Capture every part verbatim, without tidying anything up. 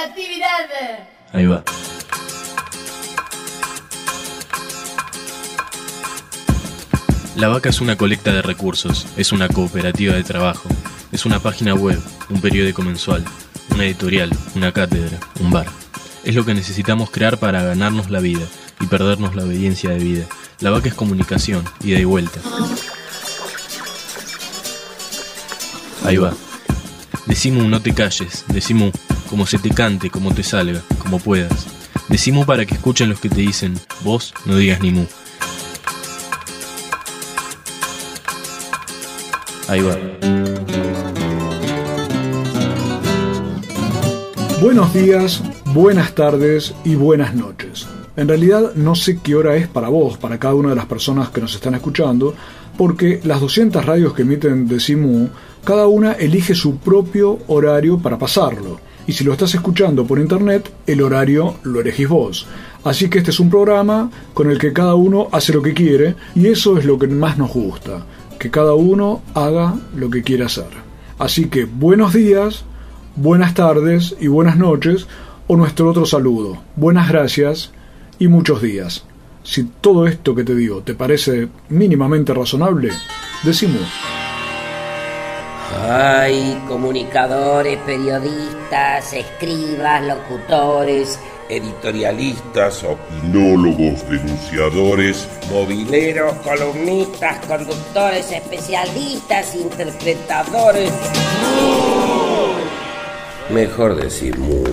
cooperatividad. Ahí va. La Vaca es una colecta de recursos, es una cooperativa de trabajo, es una página web, un periódico mensual, una editorial, una cátedra, un bar. Es lo que necesitamos crear para ganarnos la vida y perdernos la obediencia de vida. La Vaca es comunicación, ida y vuelta. Ahí va. Decimu, no te calles, decimu, como se te cante, como te salga, como puedas. Decimu para que escuchen los que te dicen, vos no digas ni mu. Ahí va. Buenos días, buenas tardes y buenas noches. En realidad no sé qué hora es para vos, para cada una de las personas que nos están escuchando, porque las doscientas radios que emiten Decimu, cada una elige su propio horario para pasarlo. Y si lo estás escuchando por internet, el horario lo elegís vos. Así que este es un programa con el que cada uno hace lo que quiere, y eso es lo que más nos gusta, que cada uno haga lo que quiere hacer. Así que buenos días, buenas tardes y buenas noches, o nuestro otro saludo, buenas gracias y muchos días. Si todo esto que te digo te parece mínimamente razonable, decimos. Hay comunicadores, periodistas, escribas, locutores, editorialistas, opinólogos, denunciadores, mobileros, columnistas, conductores, especialistas, interpretadores. Mejor decir mu.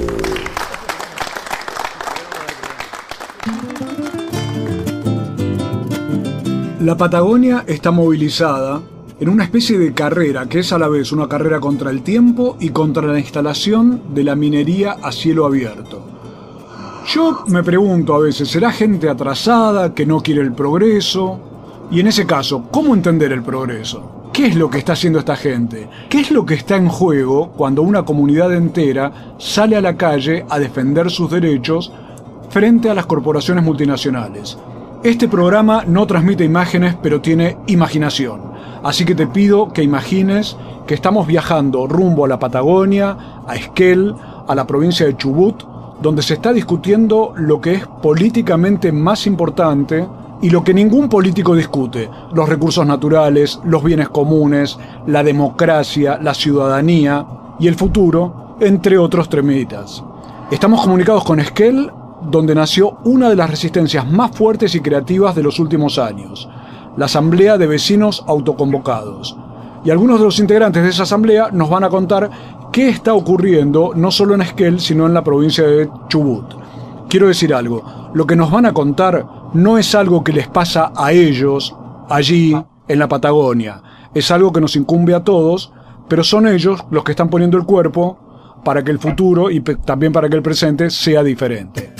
La Patagonia está movilizada en una especie de carrera que es a la vez una carrera contra el tiempo y contra la instalación de la minería a cielo abierto. Yo me pregunto a veces, ¿será gente atrasada que no quiere el progreso? Y en ese caso, ¿cómo entender el progreso? ¿Qué es lo que está haciendo esta gente? ¿Qué es lo que está en juego cuando una comunidad entera sale a la calle a defender sus derechos frente a las corporaciones multinacionales? Este programa no transmite imágenes, pero tiene imaginación. Así que te pido que imagines que estamos viajando rumbo a la Patagonia, a Esquel, a la provincia de Chubut, donde se está discutiendo lo que es políticamente más importante y lo que ningún político discute: los recursos naturales, los bienes comunes, la democracia, la ciudadanía y el futuro, entre otros temitas. Estamos comunicados con Esquel, donde nació una de las resistencias más fuertes y creativas de los últimos años, la Asamblea de Vecinos Autoconvocados. Y algunos de los integrantes de esa asamblea nos van a contar qué está ocurriendo no solo en Esquel, sino en la provincia de Chubut. Quiero decir algo, lo que nos van a contar no es algo que les pasa a ellos allí en la Patagonia, es algo que nos incumbe a todos, pero son ellos los que están poniendo el cuerpo para que el futuro y también para que el presente sea diferente.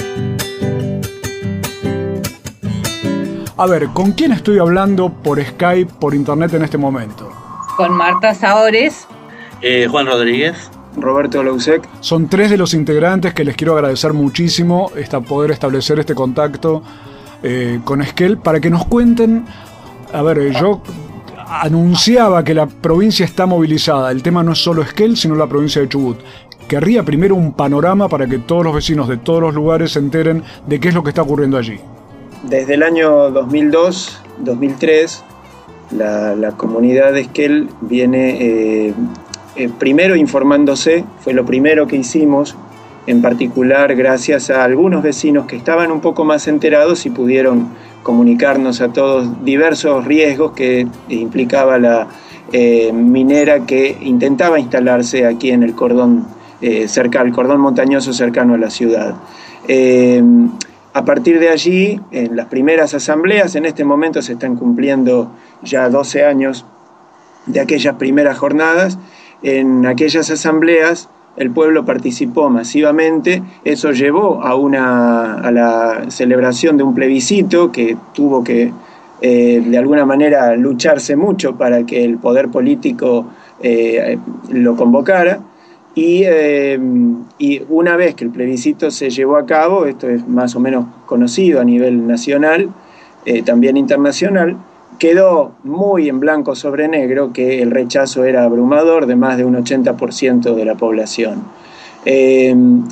A ver, ¿con quién estoy hablando por Skype, por internet en este momento? Con Marta Saores, eh, Juan Rodríguez, Roberto Lousek. Son tres de los integrantes que les quiero agradecer muchísimo esta, poder establecer este contacto eh, con Esquel para que nos cuenten. A ver, yo anunciaba que la provincia está movilizada. El tema no es solo Esquel, sino la provincia de Chubut. Querría primero un panorama para que todos los vecinos de todos los lugares se enteren de qué es lo que está ocurriendo allí. Desde el año dos mil dos, dos mil tres, la, la comunidad de Esquel viene eh, eh, primero informándose, fue lo primero que hicimos, en particular gracias a algunos vecinos que estaban un poco más enterados y pudieron comunicarnos a todos diversos riesgos que implicaba la eh, minera que intentaba instalarse aquí en el cordón, eh, cerca, el cordón montañoso cercano a la ciudad. Eh, A partir de allí, en las primeras asambleas, en este momento se están cumpliendo ya doce años de aquellas primeras jornadas. En aquellas asambleas el pueblo participó masivamente, eso llevó a, una, a la celebración de un plebiscito que tuvo que eh, de alguna manera lucharse mucho para que el poder político eh, lo convocara. Y, eh, y una vez que el plebiscito se llevó a cabo, esto es más o menos conocido a nivel nacional, eh, también internacional, quedó muy en blanco sobre negro que el rechazo era abrumador de más de un ochenta por ciento de la población. Eh,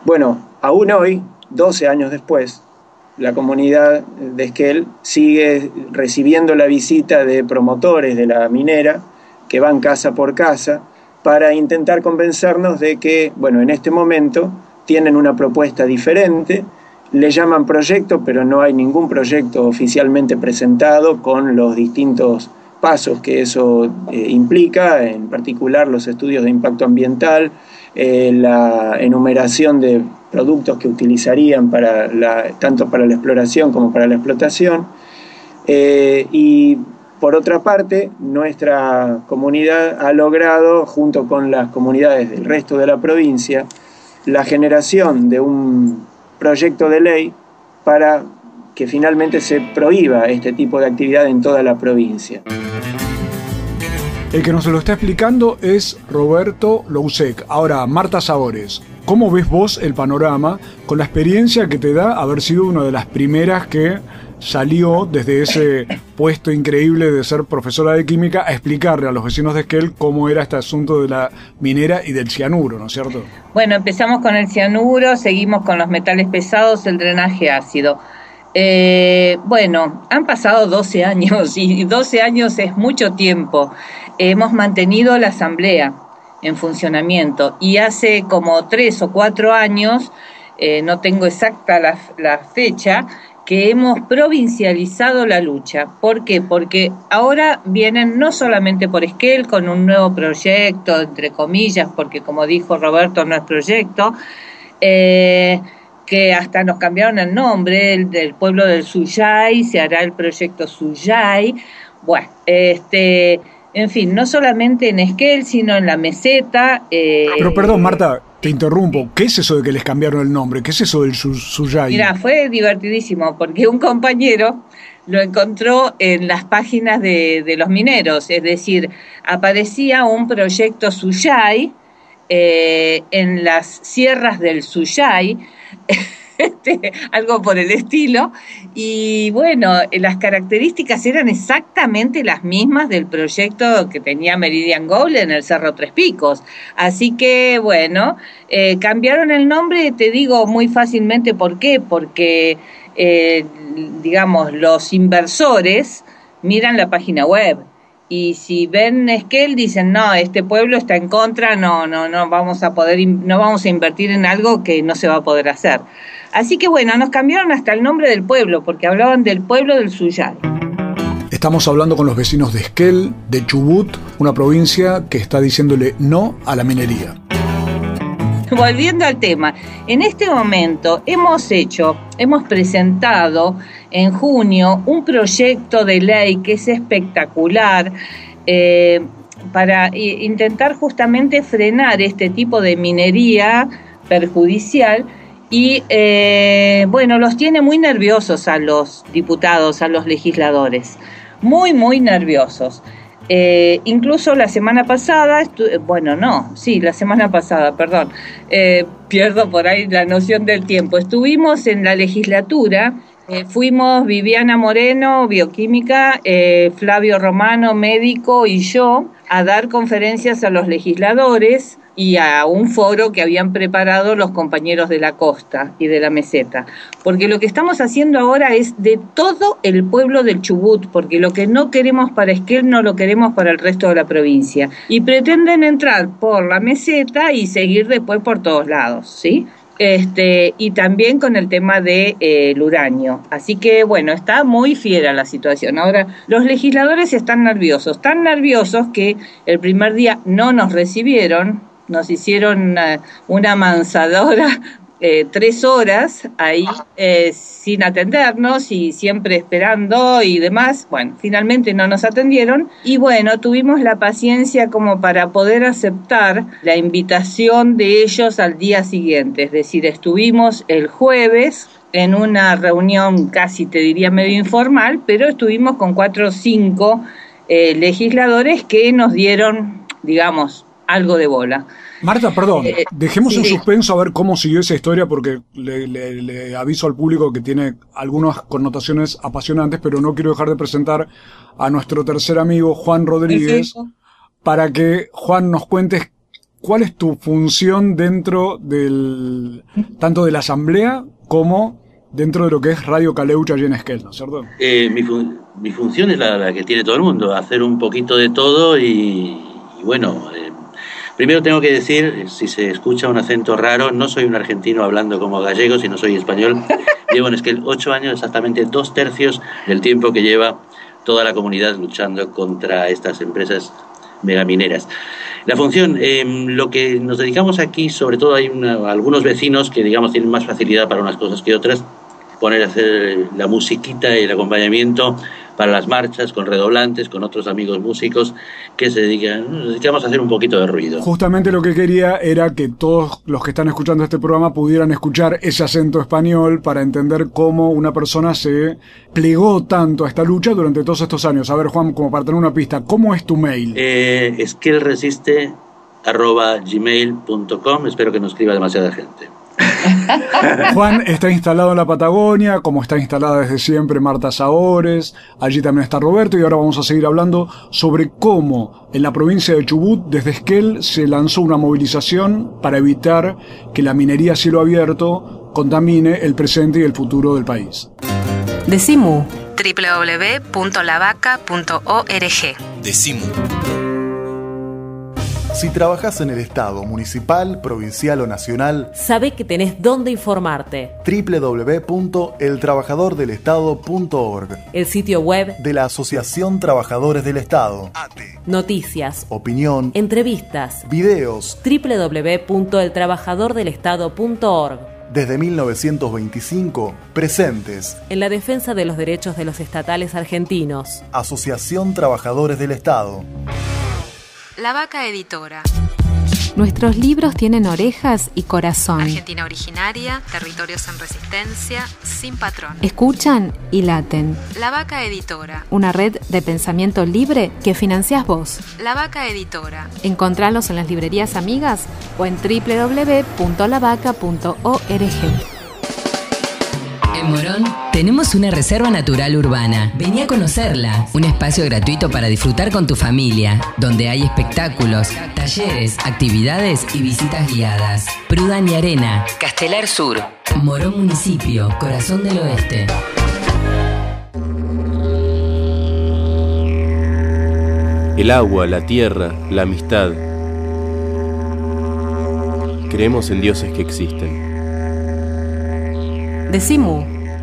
Bueno, aún hoy, doce años después, la comunidad de Esquel sigue recibiendo la visita de promotores de la minera que van casa por casa para intentar convencernos de que, bueno, en este momento tienen una propuesta diferente, le llaman proyecto, pero no hay ningún proyecto oficialmente presentado con los distintos pasos que eso eh, implica, en particular los estudios de impacto ambiental, eh, la enumeración de productos que utilizarían para la, tanto para la exploración como para la explotación. Eh, y por otra parte, nuestra comunidad ha logrado, junto con las comunidades del resto de la provincia, la generación de un proyecto de ley para que finalmente se prohíba este tipo de actividad en toda la provincia. El que nos lo está explicando es Roberto Lousek. Ahora, Marta Sabores, ¿cómo ves vos el panorama con la experiencia que te da haber sido una de las primeras que salió desde ese puesto increíble de ser profesora de química a explicarle a los vecinos de Esquel cómo era este asunto de la minera y del cianuro, ¿no es cierto? Bueno, empezamos con el cianuro, seguimos con los metales pesados, el drenaje ácido. Eh, bueno, han pasado doce años y doce años es mucho tiempo. Hemos mantenido la asamblea en funcionamiento y hace como tres o cuatro años, eh, no tengo exacta la, la fecha, que hemos provincializado la lucha. ¿Por qué? Porque ahora vienen no solamente por Esquel con un nuevo proyecto, entre comillas, porque como dijo Roberto, no es proyecto, eh, que hasta nos cambiaron el nombre, el del pueblo del Suyay, se hará el proyecto Suyay. Bueno, este, en fin, no solamente en Esquel, sino en la meseta. Eh, Pero perdón, Marta, te interrumpo. ¿Qué es eso de que les cambiaron el nombre? ¿Qué es eso del Suyay? Mira, fue divertidísimo, porque un compañero lo encontró en las páginas de, de los mineros, es decir, aparecía un proyecto Suyay eh, en las sierras del Suyay, Este, algo por el estilo, y bueno, las características eran exactamente las mismas del proyecto que tenía Meridian Gold en el Cerro Tres Picos, así que bueno, eh, cambiaron el nombre, te digo muy fácilmente por qué, porque eh, digamos, los inversores miran la página web, y si ven Esquel dicen, no, este pueblo está en contra, no, no, no vamos a poder, no vamos a invertir en algo que no se va a poder hacer. Así que bueno, nos cambiaron hasta el nombre del pueblo, porque hablaban del pueblo del Suyay. Estamos hablando con los vecinos de Esquel, de Chubut, una provincia que está diciéndole no a la minería. Volviendo al tema, en este momento hemos hecho, hemos presentado en junio un proyecto de ley que es espectacular eh, para intentar justamente frenar este tipo de minería perjudicial y eh, bueno, los tiene muy nerviosos a los diputados, a los legisladores, muy muy nerviosos. Eh, incluso la semana pasada, estu- bueno, no, sí, la semana pasada, perdón, eh, pierdo por ahí la noción del tiempo. Estuvimos en la legislatura, eh, fuimos Viviana Moreno, bioquímica, eh, Flavio Romano, médico, y yo, a dar conferencias a los legisladores y a un foro que habían preparado los compañeros de la costa y de la meseta. Porque lo que estamos haciendo ahora es de todo el pueblo del Chubut, porque lo que no queremos para Esquel no lo queremos para el resto de la provincia. Y pretenden entrar por la meseta y seguir después por todos lados, ¿sí? Este, y también con el tema de eh, el uranio. Así que bueno, está muy fiera la situación. Ahora, los legisladores están nerviosos, tan nerviosos que el primer día no nos recibieron, nos hicieron una, una mansadora eh, tres horas ahí eh, sin atendernos y siempre esperando y demás. Bueno, finalmente no nos atendieron y bueno, tuvimos la paciencia como para poder aceptar la invitación de ellos al día siguiente. Es decir, estuvimos el jueves en una reunión casi te diría medio informal, pero estuvimos con cuatro o cinco eh, legisladores que nos dieron, digamos, algo de bola. Marta, perdón, eh, dejemos sí, en sí. suspenso a ver cómo siguió esa historia, porque le, le, le aviso al público que tiene algunas connotaciones apasionantes, pero no quiero dejar de presentar a nuestro tercer amigo, Juan Rodríguez, Perfecto. para que Juan nos cuentes ¿cuál es tu función dentro del tanto de la asamblea como dentro de lo que es Radio Caleuche allí en Esquel, ¿no es cierto? Eh, mi, fun- mi función es la, la que tiene todo el mundo, hacer un poquito de todo y, y bueno, eh, primero tengo que decir, si se escucha un acento raro, no soy un argentino hablando como gallego, sino soy español. Llevo en Esquel ocho años, exactamente dos tercios del tiempo que lleva toda la comunidad luchando contra estas empresas megamineras. La función, eh, lo que nos dedicamos aquí, sobre todo hay una, algunos vecinos que digamos tienen más facilidad para unas cosas que otras, poner a hacer la musiquita y el acompañamiento para las marchas, con redoblantes, con otros amigos músicos que se dedican, nos dedicamos a hacer un poquito de ruido. Justamente lo que quería era que todos los que están escuchando este programa pudieran escuchar ese acento español para entender cómo una persona se plegó tanto a esta lucha durante todos estos años. A ver, Juan, como para tener una pista, ¿cómo es tu mail? Eh, esquelresiste arroba gmail punto com. Espero que no escriba demasiada gente. Juan está instalado en la Patagonia, como está instalada desde siempre Marta Saores, allí también está Roberto, y ahora vamos a seguir hablando sobre cómo en la provincia de Chubut, desde Esquel, se lanzó una movilización para evitar que la minería a cielo abierto contamine el presente y el futuro del país. Decimu, doble u doble u doble u punto la vaca punto org. Decimu. Si trabajas en el Estado, municipal, provincial o nacional, sabe que tenés dónde informarte. doble u doble u doble u punto el trabajador del estado punto org, el sitio web de la Asociación Trabajadores del Estado. A T E. Noticias, opinión, entrevistas, videos. doble u doble u doble u punto el trabajador del estado punto org. Desde mil novecientos veinticinco, presentes en la defensa de los derechos de los estatales argentinos. Asociación Trabajadores del Estado. La Vaca Editora. Nuestros libros tienen orejas y corazón. Argentina originaria, territorios en resistencia, sin patrón. Escuchan y laten. La Vaca Editora. Una red de pensamiento libre que financiás vos. La Vaca Editora. Encontralos en las librerías amigas o en doble u doble u doble u punto la vaca punto org. En Morón tenemos una reserva natural urbana. Vení a conocerla. Un espacio gratuito para disfrutar con tu familia, donde hay espectáculos, talleres, actividades y visitas guiadas. Prudán y Arena, Castelar Sur, Morón Municipio, Corazón del Oeste. El agua, la tierra, la amistad. Creemos en dioses que existen. Decimu.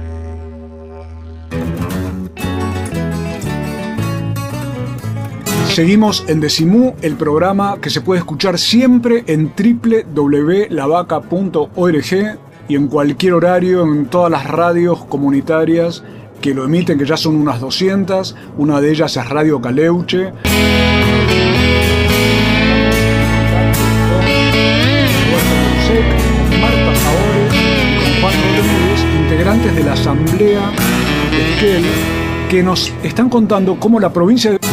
Seguimos en Decimu, el programa que se puede escuchar siempre en doble u doble u doble u punto la vaca punto org y en cualquier horario en todas las radios comunitarias que lo emiten, que ya son unas doscientas. Una de ellas es Radio Caleuche. Integrantes de la Asamblea de Esquel, que nos están contando cómo la provincia de...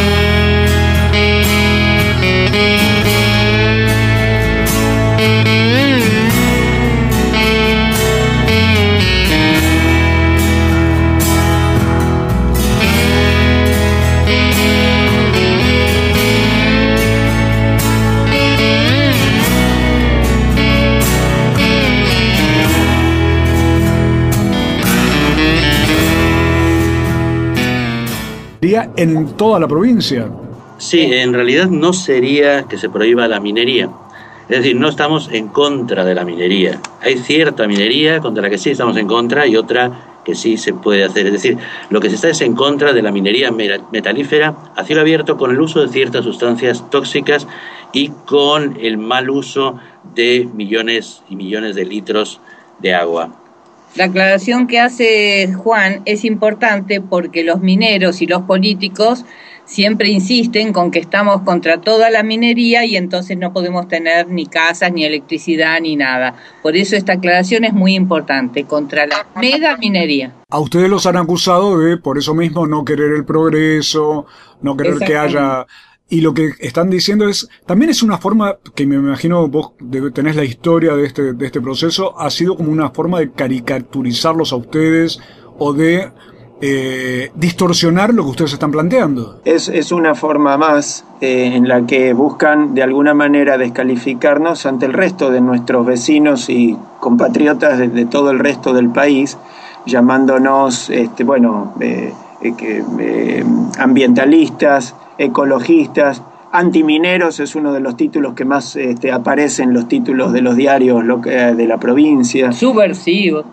en toda la provincia. Sí, en realidad no sería que se prohíba la minería. Es decir, no estamos en contra de la minería. Hay cierta minería contra la que sí estamos en contra y otra que sí se puede hacer. Es decir, lo que se está es en contra de la minería metalífera a cielo abierto con el uso de ciertas sustancias tóxicas y con el mal uso de millones y millones de litros de agua. La aclaración que hace Juan es importante porque los mineros y los políticos siempre insisten con que estamos contra toda la minería y entonces no podemos tener ni casas, ni electricidad, ni nada. Por eso esta aclaración es muy importante, contra la mega minería. A ustedes los han acusado de, por eso mismo, no querer el progreso, no querer que haya... Y lo que están diciendo es, también es una forma, que me imagino vos tenés la historia de este, de este proceso, ha sido como una forma de caricaturizarlos a ustedes o de eh, distorsionar lo que ustedes están planteando. Es, es una forma más eh, en la que buscan de alguna manera descalificarnos ante el resto de nuestros vecinos y compatriotas de, de todo el resto del país, llamándonos, este, bueno, eh, eh, que, eh, ambientalistas, ecologistas, antimineros. Es uno de los títulos que más este, aparecen en los títulos de los diarios de la provincia. Subversivos.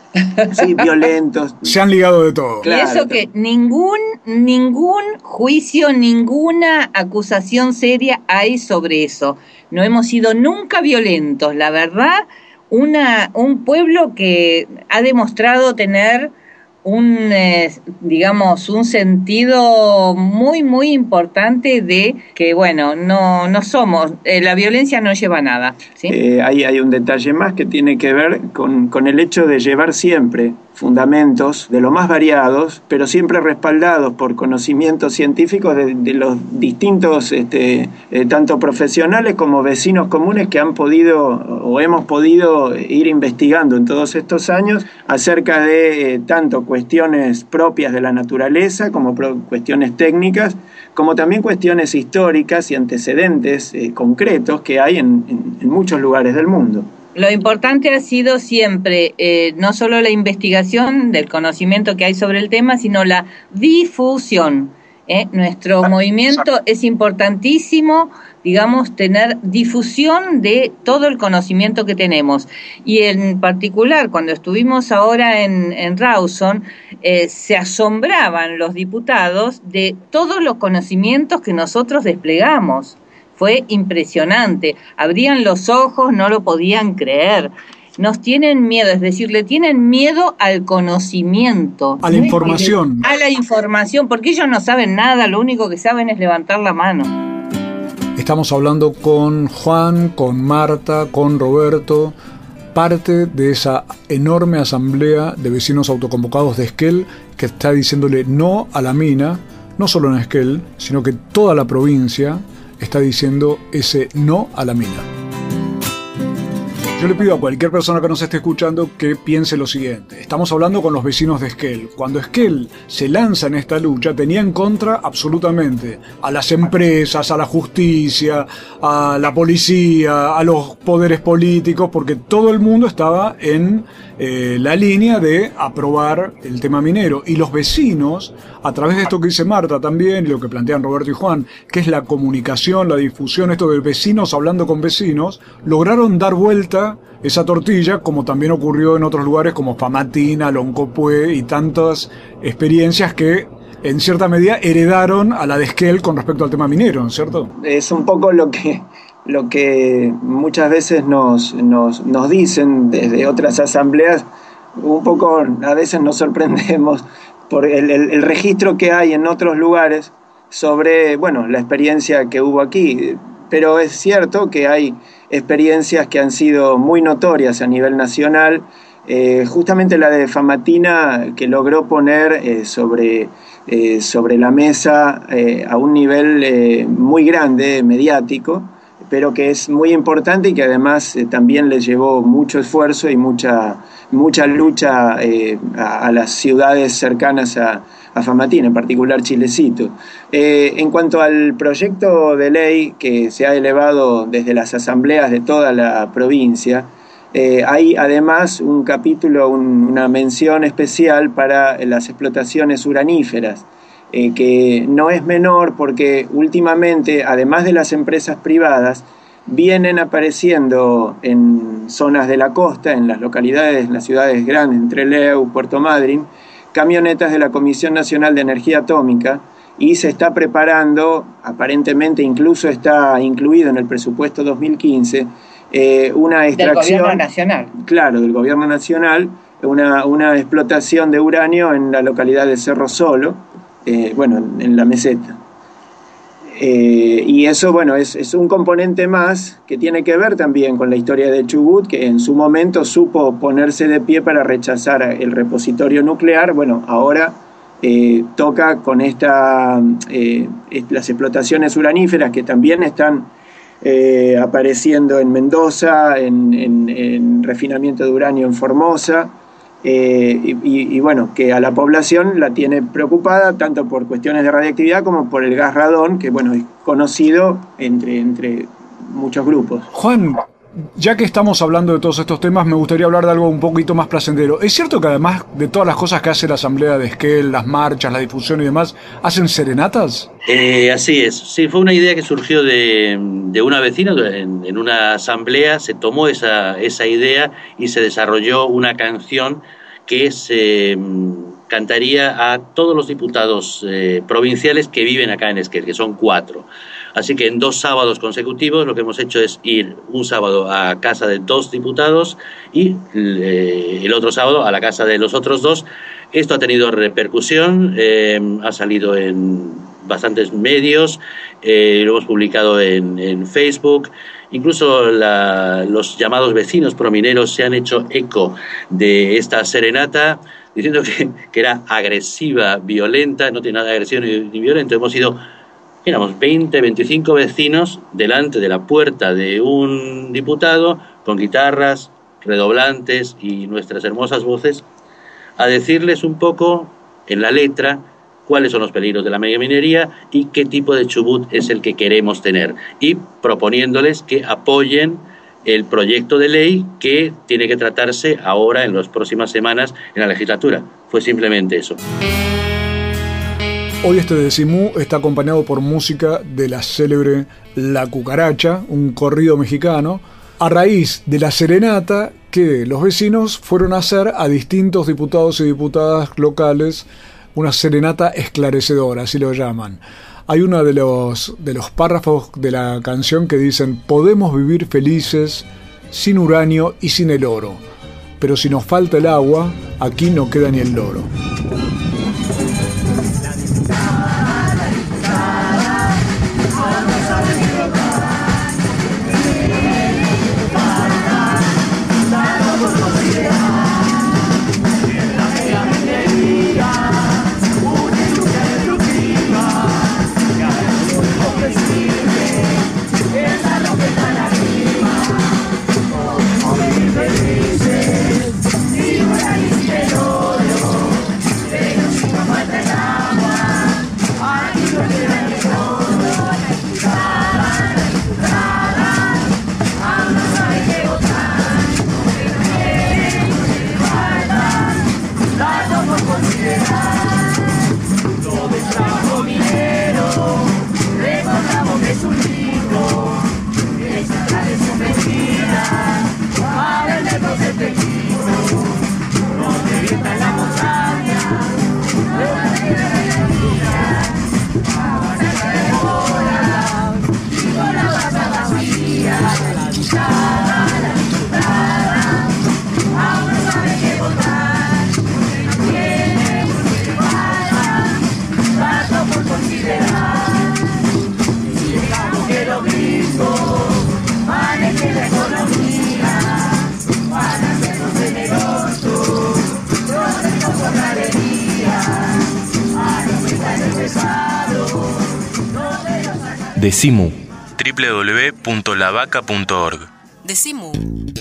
Sí, violentos. Se han ligado de todo. Claro. Y eso que ningún, ningún juicio, ninguna acusación seria hay sobre eso. No hemos sido nunca violentos, la verdad. Una, un pueblo que ha demostrado tener un, eh, digamos, un sentido muy, muy importante de que, bueno, no, no somos, eh, la violencia no lleva a nada, ¿sí? Eh, hay, hay un detalle más que tiene que ver con, con el hecho de llevar siempre fundamentos de lo más variados, pero siempre respaldados por conocimientos científicos de, de los distintos, este, eh, tanto profesionales como vecinos comunes que han podido o hemos podido ir investigando en todos estos años acerca de eh, tanto cuestiones propias de la naturaleza como pro- cuestiones técnicas, como también cuestiones históricas y antecedentes eh, concretos que hay en, en, en muchos lugares del mundo. Lo importante ha sido siempre eh, no solo la investigación del conocimiento que hay sobre el tema, sino la difusión. ¿eh? Nuestro movimiento es importantísimo, digamos, tener difusión de todo el conocimiento que tenemos. Y en particular, cuando estuvimos ahora en, en Rawson, eh, se asombraban los diputados de todos los conocimientos que nosotros desplegamos. Fue impresionante, abrían los ojos, no lo podían creer. Nos tienen miedo, es decir, le tienen miedo al conocimiento. A la información. A la información, porque ellos no saben nada, lo único que saben es levantar la mano. Estamos hablando con Juan, con Marta, con Roberto, parte de esa enorme asamblea de vecinos autoconvocados de Esquel que está diciéndole no a la mina, no solo en Esquel, sino que toda la provincia está diciendo ese no a la mina. Yo le pido a cualquier persona que nos esté escuchando que piense lo siguiente. Estamos hablando con los vecinos de Esquel. Cuando Esquel se lanza en esta lucha, tenía en contra absolutamente a las empresas, a la justicia, a la policía, a los poderes políticos, porque todo el mundo estaba en eh, la línea de aprobar el tema minero. Y los vecinos, a través de esto que dice Marta también, y lo que plantean Roberto y Juan, que es la comunicación, la difusión, esto de vecinos hablando con vecinos, lograron dar vuelta esa tortilla, como también ocurrió en otros lugares como Famatina, Loncopué y tantas experiencias que en cierta medida heredaron a la de Esquel con respecto al tema minero, ¿cierto? Es un poco lo que, lo que muchas veces nos, nos, nos dicen desde otras asambleas, un poco a veces nos sorprendemos por el, el, el registro que hay en otros lugares sobre, bueno, la experiencia que hubo aquí, pero es cierto que hay experiencias que han sido muy notorias a nivel nacional, eh, justamente la de Famatina, que logró poner eh, sobre, eh, sobre la mesa eh, a un nivel eh, muy grande, mediático, pero que es muy importante y que además eh, también le llevó mucho esfuerzo y mucha, mucha lucha eh, a, a las ciudades cercanas a, a Famatina, en particular Chilecito. Eh, en cuanto al proyecto de ley que se ha elevado desde las asambleas de toda la provincia, eh, hay además un capítulo, un, una mención especial para las explotaciones uraníferas, eh, que no es menor porque últimamente, además de las empresas privadas, vienen apareciendo en zonas de la costa, en las localidades, en las ciudades grandes, entre Trelew, Puerto Madryn, camionetas de la Comisión Nacional de Energía Atómica, y se está preparando, aparentemente incluso está incluido en el presupuesto dos mil quince, eh, una extracción... Del Gobierno Nacional. Claro, del Gobierno Nacional, una, una explotación de uranio en la localidad de Cerro Solo, eh, bueno, en, en la meseta. Eh, y eso, bueno, es, es un componente más que tiene que ver también con la historia de Chubut, que en su momento supo ponerse de pie para rechazar el repositorio nuclear. Bueno, ahora eh, toca con esta, eh, las explotaciones uraníferas que también están eh, apareciendo en Mendoza, en, en, en refinamiento de uranio en Formosa, eh, y, y, y bueno, que a la población la tiene preocupada tanto por cuestiones de radiactividad como por el gas radón, que bueno, es conocido entre, entre muchos grupos. Juan, ya que estamos hablando de todos estos temas, me gustaría hablar de algo un poquito más placentero. ¿Es cierto que además de todas las cosas que hace la Asamblea de Esquel, las marchas, la difusión y demás, hacen serenatas? Eh, así es. Sí, fue una idea que surgió de, de una vecina. En, en una asamblea se tomó esa, esa idea y se desarrolló una canción que se mm, cantaría a todos los diputados eh, provinciales que viven acá en Esquel, que son cuatro. Así que en dos sábados consecutivos lo que hemos hecho es ir un sábado a casa de dos diputados y eh, el otro sábado a la casa de los otros dos. Esto ha tenido repercusión, eh, ha salido en bastantes medios, eh, lo hemos publicado en, en Facebook. Incluso la, los llamados vecinos promineros se han hecho eco de esta serenata, diciendo que, que era agresiva, violenta. No tiene nada de agresivo ni, ni violento. Hemos ido... Éramos veinte, veinticinco vecinos delante de la puerta de un diputado con guitarras, redoblantes y nuestras hermosas voces a decirles un poco en la letra cuáles son los peligros de la megaminería y qué tipo de chubut es el que queremos tener, y proponiéndoles que apoyen el proyecto de ley que tiene que tratarse ahora en las próximas semanas en la legislatura. Fue simplemente eso. Hoy este Decimú está acompañado por música de la célebre La Cucaracha, un corrido mexicano, a raíz de la serenata que los vecinos fueron a hacer a distintos diputados y diputadas locales, una serenata esclarecedora, así lo llaman. Hay uno de los, de los párrafos de la canción que dicen: podemos vivir felices sin uranio y sin el oro, pero si nos falta el agua, aquí no queda ni el loro. Decimú, doble u doble u doble u punto la vaca punto org. Decimú.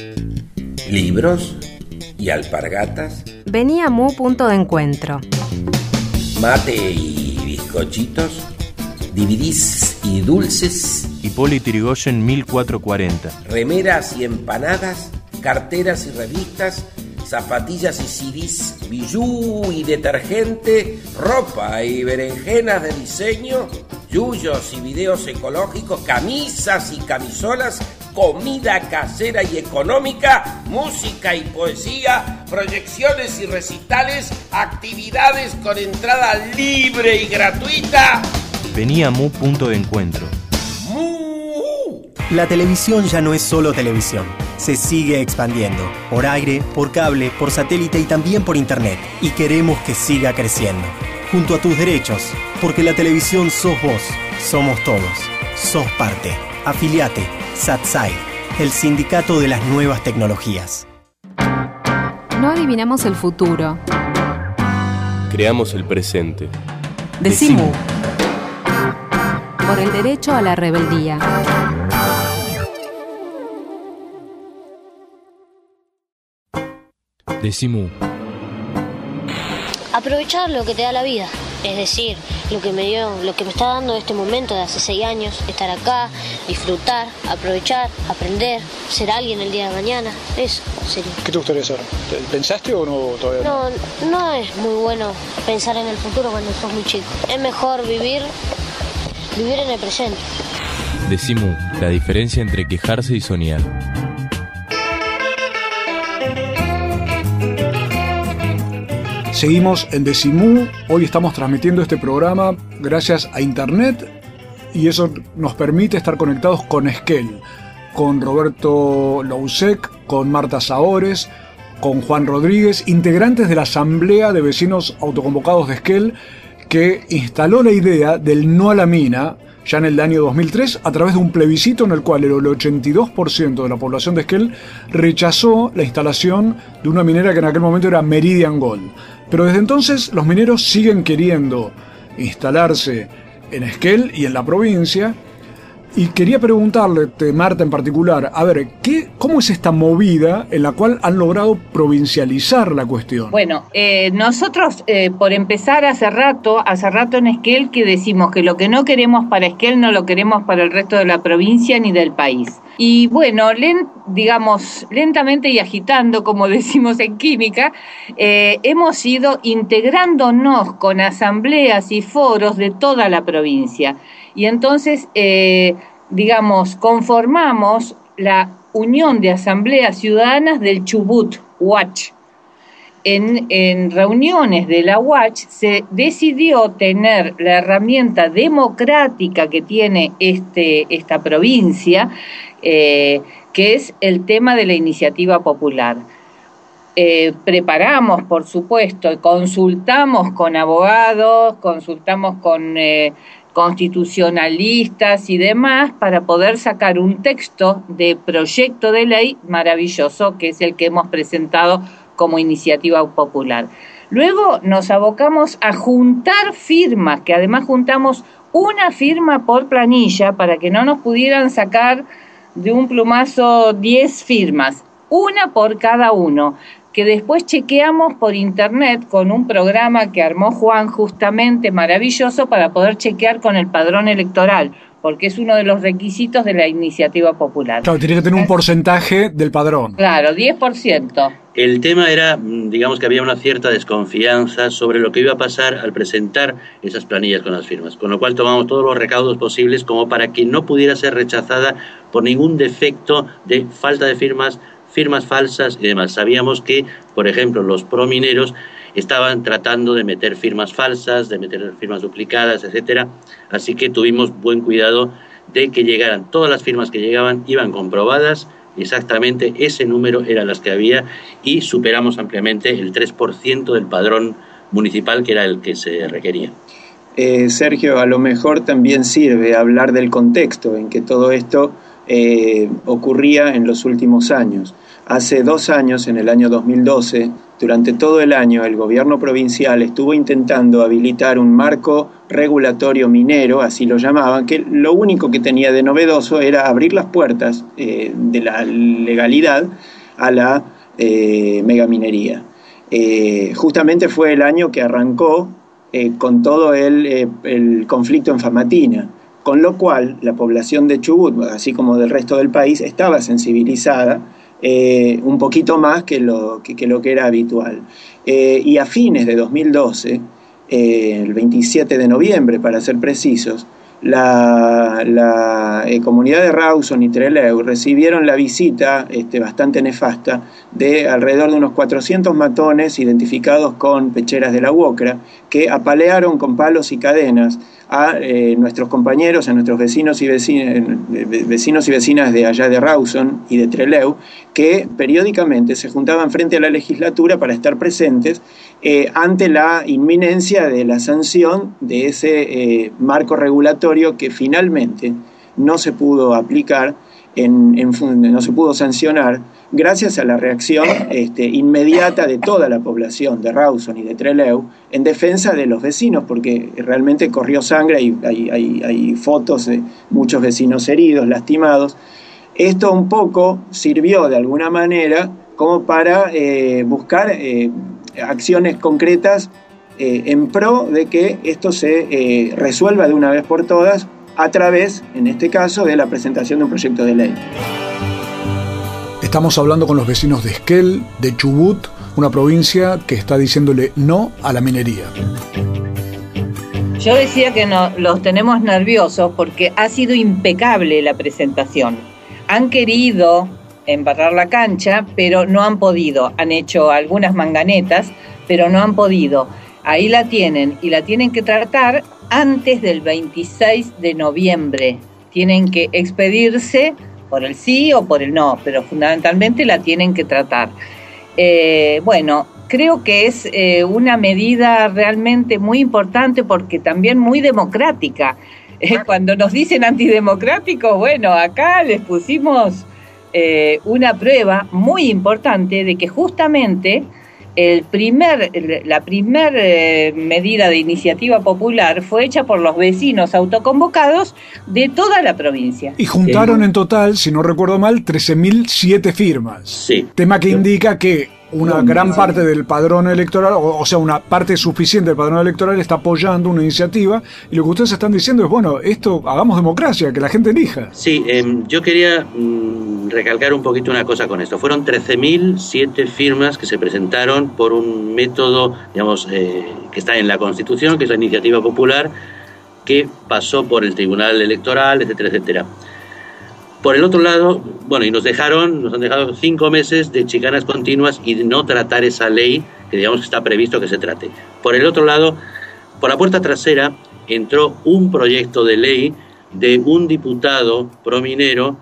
Libros y alpargatas. Vení a Mu punto de encuentro. Mate y bizcochitos. D V Ds y dulces. Hipólito Yrigoyen mil cuatrocientos cuarenta. Remeras y empanadas. Carteras y revistas. Zapatillas y C Ds. Bijú y detergente. Ropa y berenjenas de diseño. Yuyos y videos ecológicos, camisas y camisolas, comida casera y económica, música y poesía, proyecciones y recitales, actividades con entrada libre y gratuita. Vení a Mu punto de encuentro. ¡Mu! La televisión ya no es solo televisión. Se sigue expandiendo. Por aire, por cable, por satélite y también por internet. Y queremos que siga creciendo. Junto a tus derechos, porque la televisión sos vos, somos todos, sos parte. Afiliate, SatSai, el sindicato de las nuevas tecnologías. No adivinamos el futuro. Creamos el presente. Decimú. Por el derecho a la rebeldía. Decimú. aprovechar lo que te da la vida, es decir, lo que me dio, lo que me está dando este momento de hace seis años, estar acá, disfrutar, aprovechar, aprender, ser alguien el día de mañana, eso sería. ¿Qué te gustaría ser? ¿Pensaste o no todavía? No, no es muy bueno pensar en el futuro cuando sos muy chico. Es mejor vivir, vivir en el presente. Decimú, la diferencia entre quejarse y soñar. Seguimos en Decimú, hoy estamos transmitiendo este programa gracias a internet y eso nos permite estar conectados con Esquel, con Roberto Lousek, con Marta Saores, con Juan Rodríguez, integrantes de la Asamblea de Vecinos Autoconvocados de Esquel, que instaló la idea del no a la mina ya en el año dos mil tres a través de un plebiscito en el cual el ochenta y dos por ciento de la población de Esquel rechazó la instalación de una minera que en aquel momento era Meridian Gold. Pero desde entonces los mineros siguen queriendo instalarse en Esquel y en la provincia. Y quería preguntarle, Marta en particular, a ver, ¿qué, ¿cómo es esta movida en la cual han logrado provincializar la cuestión? Bueno, eh, nosotros, eh, por empezar hace rato, hace rato en Esquel que decimos que lo que no queremos para Esquel no lo queremos para el resto de la provincia ni del país. Y bueno, lent, digamos, lentamente y agitando, como decimos en química, eh, hemos ido integrándonos con asambleas y foros de toda la provincia. Y entonces, eh, digamos, conformamos la Unión de Asambleas Ciudadanas del Chubut, Huach. En, en reuniones de la Huach se decidió tener la herramienta democrática que tiene este, esta provincia, eh, que es el tema de la iniciativa popular. Eh, preparamos, por supuesto, consultamos con abogados, consultamos con eh, constitucionalistas y demás para poder sacar un texto de proyecto de ley maravilloso, que es el que hemos presentado como iniciativa popular. Luego nos abocamos a juntar firmas, que además juntamos una firma por planilla para que no nos pudieran sacar de un plumazo diez firmas, una por cada uno, que después chequeamos por internet con un programa que armó Juan justamente maravilloso para poder chequear con el padrón electoral, porque es uno de los requisitos de la iniciativa popular. Claro, tiene que tener un porcentaje del padrón. Claro, diez por ciento. El tema era, digamos que había una cierta desconfianza sobre lo que iba a pasar al presentar esas planillas con las firmas, con lo cual tomamos todos los recaudos posibles como para que no pudiera ser rechazada por ningún defecto de falta de firmas, firmas falsas y demás. Sabíamos que, por ejemplo, los promineros estaban tratando de meter firmas falsas, de meter firmas duplicadas, etcétera. Así que tuvimos buen cuidado de que llegaran, todas las firmas que llegaban iban comprobadas, exactamente ese número eran las que había y superamos ampliamente el tres por ciento del padrón municipal que era el que se requería. Eh, Sergio, a lo mejor también sirve hablar del contexto en que todo esto eh, ocurría en los últimos años. Hace dos años, en el año dos mil doce, durante todo el año el gobierno provincial estuvo intentando habilitar un marco regulatorio minero, así lo llamaban, que lo único que tenía de novedoso era abrir las puertas eh, de la legalidad a la eh, megaminería. Eh, justamente fue el año que arrancó eh, con todo el, eh, el conflicto en Famatina, con lo cual la población de Chubut, así como del resto del país, estaba sensibilizada Eh, un poquito más que lo que, que lo que era habitual. Eh, y a fines de dos mil doce, eh, el veintisiete de noviembre para ser precisos, la, la eh, comunidad de Rawson y Trelew recibieron la visita este, bastante nefasta de alrededor de unos cuatrocientos matones identificados con pecheras de la UOCRA que apalearon con palos y cadenas a eh, nuestros compañeros, a nuestros vecinos y, vecinas, vecinos y vecinas de allá de Rawson y de Trelew, que periódicamente se juntaban frente a la legislatura para estar presentes eh, ante la inminencia de la sanción de ese eh, marco regulatorio que finalmente no se pudo aplicar, en, en, no se pudo sancionar, gracias a la reacción este, inmediata de toda la población de Rawson y de Trelew en defensa de los vecinos, porque realmente corrió sangre y hay, hay, hay fotos de muchos vecinos heridos, lastimados. Esto un poco sirvió de alguna manera como para eh, buscar eh, acciones concretas eh, en pro de que esto se eh, resuelva de una vez por todas a través, en este caso, de la presentación de un proyecto de ley. Estamos hablando con los vecinos de Esquel, de Chubut, una provincia que está diciéndole no a la minería. Yo decía que no, los tenemos nerviosos porque ha sido impecable la presentación. Han querido embarrar la cancha, pero no han podido. Han hecho algunas manganetas, pero no han podido. Ahí la tienen y la tienen que tratar antes del veintiséis de noviembre. Tienen que expedirse por el sí o por el no, pero fundamentalmente la tienen que tratar. Eh, bueno, creo que es eh, una medida realmente muy importante porque también muy democrática. Eh, cuando nos dicen antidemocráticos, bueno, acá les pusimos eh, una prueba muy importante de que justamente el primer, la primera eh, medida de iniciativa popular fue hecha por los vecinos autoconvocados de toda la provincia. Y juntaron en total, si no recuerdo mal, trece mil siete firmas. Sí. Tema que indica que una gran parte del padrón electoral, o, o sea, una parte suficiente del padrón electoral está apoyando una iniciativa, y lo que ustedes están diciendo es, bueno, esto, hagamos democracia, que la gente elija. Sí, eh, yo quería mm, recalcar un poquito una cosa con esto. Fueron trece mil siete firmas que se presentaron por un método, digamos, eh, que está en la Constitución, que es la iniciativa popular, que pasó por el Tribunal Electoral, etcétera, etcétera. Por el otro lado, bueno, y nos dejaron, nos han dejado cinco meses de chicanas continuas y de no tratar esa ley que digamos que está previsto que se trate. Por el otro lado, por la puerta trasera entró un proyecto de ley de un diputado prominero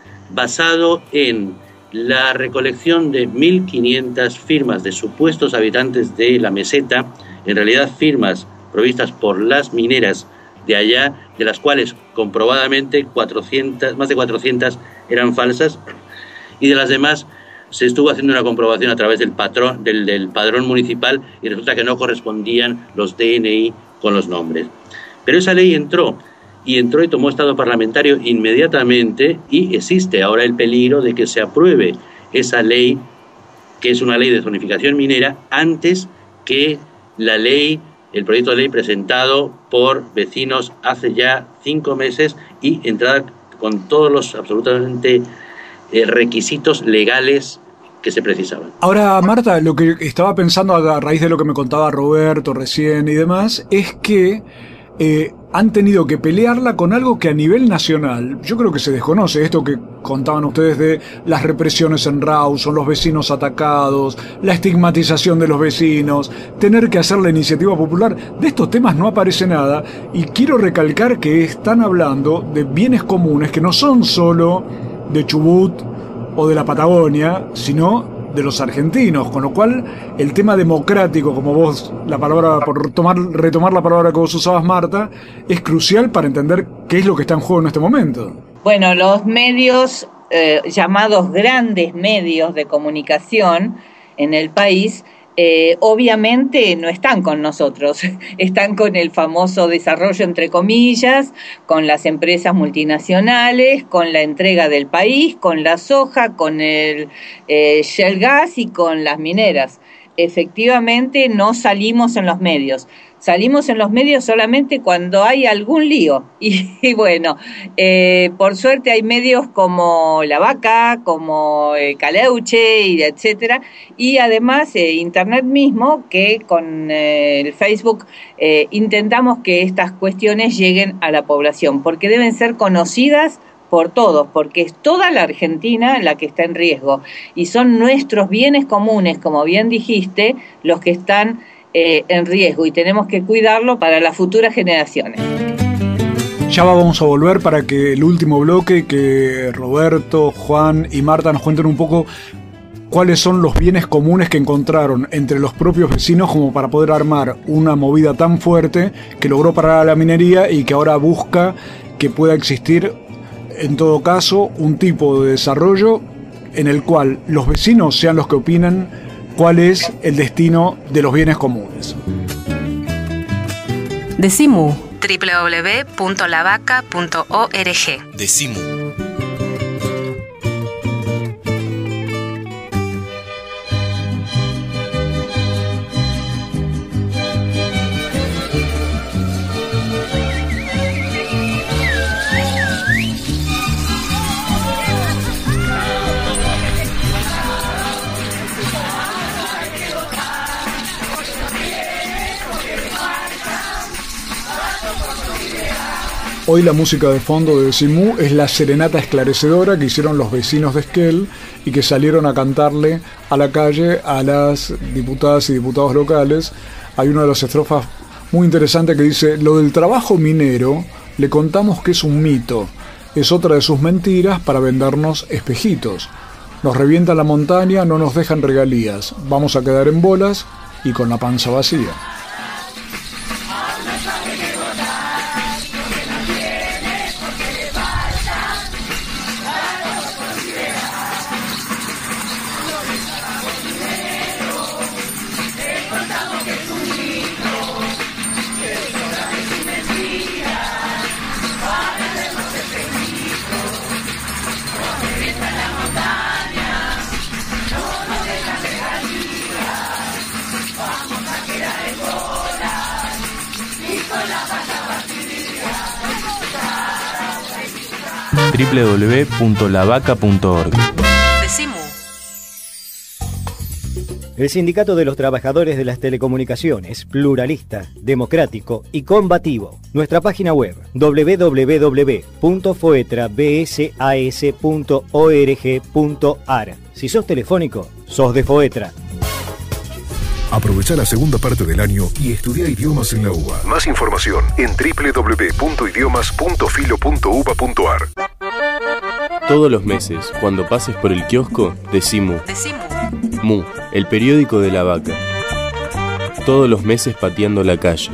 basado en la recolección de mil quinientas firmas de supuestos habitantes de la meseta, en realidad firmas provistas por las mineras de allá, de las cuales comprobadamente cuatrocientas, más de cuatrocientas eran falsas, y de las demás se estuvo haciendo una comprobación a través del patrón, del, del padrón municipal, y resulta que no correspondían los D N I con los nombres. Pero esa ley entró, y entró y tomó estado parlamentario inmediatamente, y existe ahora el peligro de que se apruebe esa ley, que es una ley de zonificación minera, antes que la ley, el proyecto de ley presentado por vecinos hace ya cinco meses y entrada con todos los absolutamente eh, requisitos legales que se precisaban. Ahora, Marta, lo que estaba pensando a raíz de lo que me contaba Roberto recién y demás, es que eh, han tenido que pelearla con algo que a nivel nacional, yo creo que se desconoce, esto que contaban ustedes de las represiones en Rawson, los vecinos atacados, la estigmatización de los vecinos, tener que hacer la iniciativa popular, de estos temas no aparece nada, y quiero recalcar que están hablando de bienes comunes que no son solo de Chubut o de la Patagonia, sino de los argentinos, con lo cual el tema democrático, como vos, la palabra, por tomar, retomar la palabra que vos usabas, Marta, es crucial para entender qué es lo que está en juego en este momento. Bueno, los medios, eh, llamados grandes medios de comunicación en el país, eh, obviamente no están con nosotros, están con el famoso desarrollo entre comillas, con las empresas multinacionales, con la entrega del país, con la soja, con el eh, shale gas y con las mineras. Efectivamente no salimos en los medios. Salimos en los medios solamente cuando hay algún lío. Y, y bueno, eh, por suerte hay medios como La Vaca, como eh, Caleuche, y etcétera. Y además eh, Internet mismo, que con eh, el Facebook eh, intentamos que estas cuestiones lleguen a la población, porque deben ser conocidas por todos, porque es toda la Argentina la que está en riesgo. Y son nuestros bienes comunes, como bien dijiste, los que están Eh, en riesgo, y tenemos que cuidarlo para las futuras generaciones. Ya vamos a volver para que el último bloque, que Roberto, Juan y Marta nos cuenten un poco cuáles son los bienes comunes que encontraron entre los propios vecinos como para poder armar una movida tan fuerte que logró parar a la minería y que ahora busca que pueda existir, en todo caso, un tipo de desarrollo en el cual los vecinos sean los que opinan cuál es el destino de los bienes comunes. Decimu. doble u doble u doble u punto la vaca punto org. Decimu. Hoy la música de fondo de Decimú es la serenata esclarecedora que hicieron los vecinos de Esquel y que salieron a cantarle a la calle a las diputadas y diputados locales. Hay una de las estrofas muy interesante que dice: lo del trabajo minero le contamos que es un mito, es otra de sus mentiras para vendernos espejitos. Nos revientan la montaña, no nos dejan regalías, vamos a quedar en bolas y con la panza vacía. doble u doble u doble u punto la vaca punto org. Decimú. El Sindicato de los Trabajadores de las Telecomunicaciones, pluralista, democrático y combativo. Nuestra página web doble u doble u doble u punto foetrabsas punto org punto ar. Si sos telefónico, sos de Foetra. Aprovecha la segunda parte del año y estudia idiomas en la U B A. Más información en doble u doble u doble u punto idiomas punto filo punto u b a punto ar. Todos los meses, cuando pases por el kiosco, Decimú. Decimú. Mu, el periódico de la vaca. Todos los meses pateando la calle.